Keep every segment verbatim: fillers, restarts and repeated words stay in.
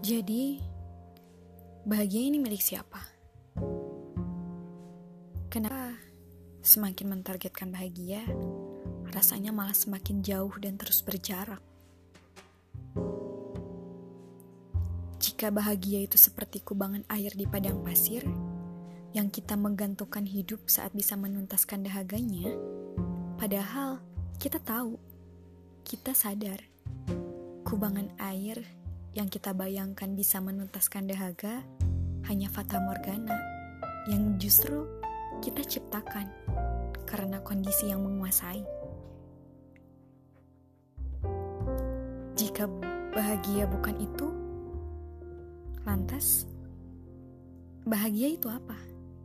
Jadi, bahagia ini milik siapa? Kenapa semakin mentargetkan bahagia, rasanya malah semakin jauh dan terus berjarak? Jika bahagia itu seperti kubangan air di padang pasir, yang kita menggantungkan hidup saat bisa menuntaskan dahaganya, padahal kita tahu, kita sadar, kubangan air yang kita bayangkan bisa menuntaskan dahaga hanya fata morgana yang justru kita ciptakan karena kondisi yang menguasai. Jika bahagia bukan itu, lantas bahagia itu apa?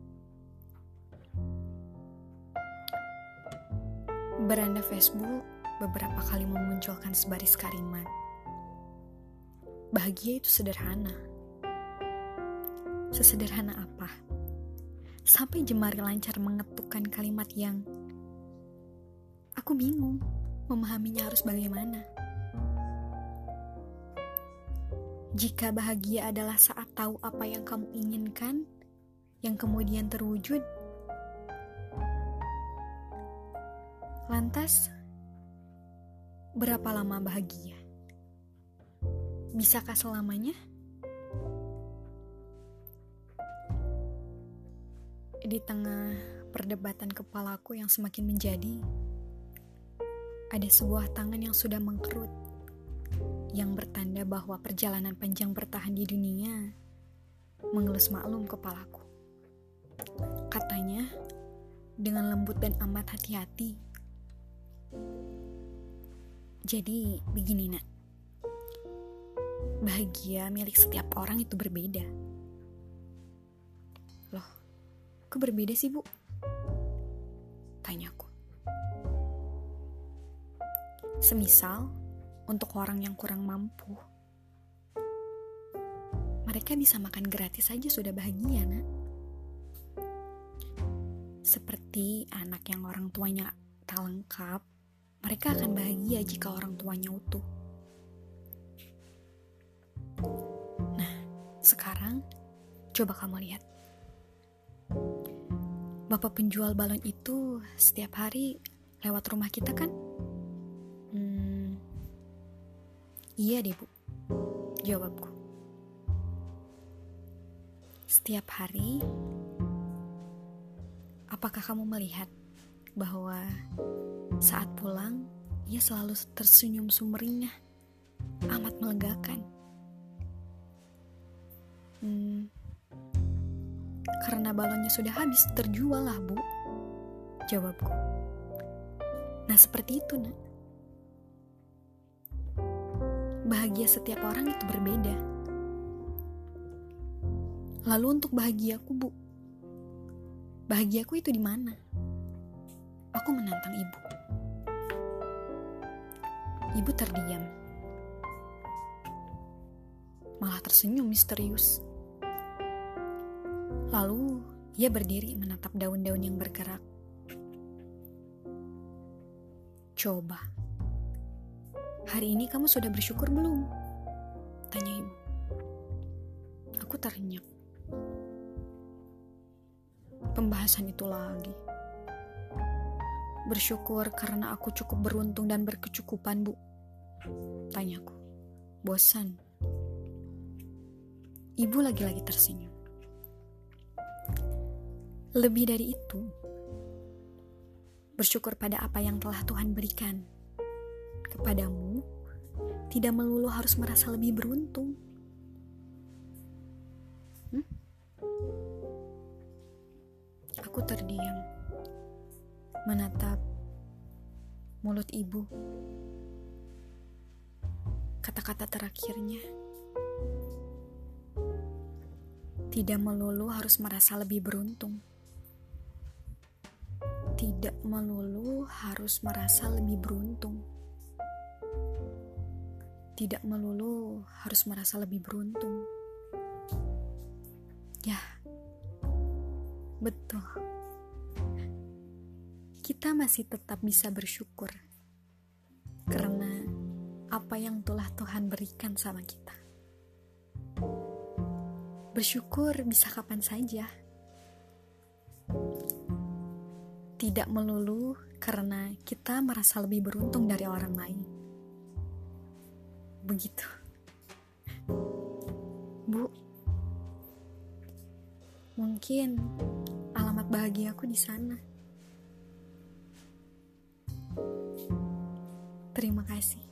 Beranda Facebook beberapa kali memunculkan sebaris kalimat. Bahagia itu sederhana. Sesederhana apa? Sampai jemari lancar mengetukkan kalimat yang aku bingung memahaminya harus bagaimana. Jika bahagia adalah saat tahu apa yang kamu inginkan, yang kemudian terwujud, lantas berapa lama bahagia? Bisakah selamanya? Di tengah perdebatan kepalaku yang semakin menjadi, ada sebuah tangan yang sudah mengkerut, yang bertanda bahwa perjalanan panjang bertahan di dunia mengelus maklum kepalaku. Katanya, dengan lembut dan amat hati-hati. Jadi, begini nak. Bahagia milik setiap orang itu berbeda. Loh, kok berbeda sih bu? Tanyaku. Semisal, untuk orang yang kurang mampu, mereka bisa makan gratis saja sudah bahagia nak. Seperti anak yang orang tuanya tak lengkap, mereka akan bahagia jika orang tuanya utuh. Sekarang, coba kamu lihat. Bapak penjual balon itu setiap hari lewat rumah kita kan? Hmm, iya deh bu, jawabku. Setiap hari, apakah kamu melihat bahwa saat pulang, ia selalu tersenyum sumringah, amat melegakan? Hmm, karena balonnya sudah habis terjual lah bu, jawabku. Nah seperti itu nak. Bahagia setiap orang itu berbeda. Lalu untuk bahagiaku bu, bahagiaku itu di mana? Aku menantang ibu. Ibu terdiam, malah tersenyum misterius. Lalu, ia berdiri menatap daun-daun yang bergerak. Coba, hari ini kamu sudah bersyukur belum? Tanya ibu. Aku terenyah. Pembahasan itu lagi. Bersyukur karena aku cukup beruntung dan berkecukupan, bu. Tanyaku. Bosan. Ibu lagi-lagi tersenyum. Lebih dari itu, bersyukur pada apa yang telah Tuhan berikan. Kepadamu, tidak melulu harus merasa lebih beruntung. Hmm? Aku terdiam, menatap mulut ibu. Kata-kata terakhirnya, tidak melulu harus merasa lebih beruntung. Tidak melulu harus merasa lebih beruntung. Tidak melulu harus merasa lebih beruntung. Ya, betul. Kita masih tetap bisa bersyukur karena apa yang telah Tuhan berikan sama kita. Bersyukur bisa kapan saja. Tidak melulu karena kita merasa lebih beruntung dari orang lain. Begitu. Bu, mungkin alamat bahagiaku di sana. Terima kasih.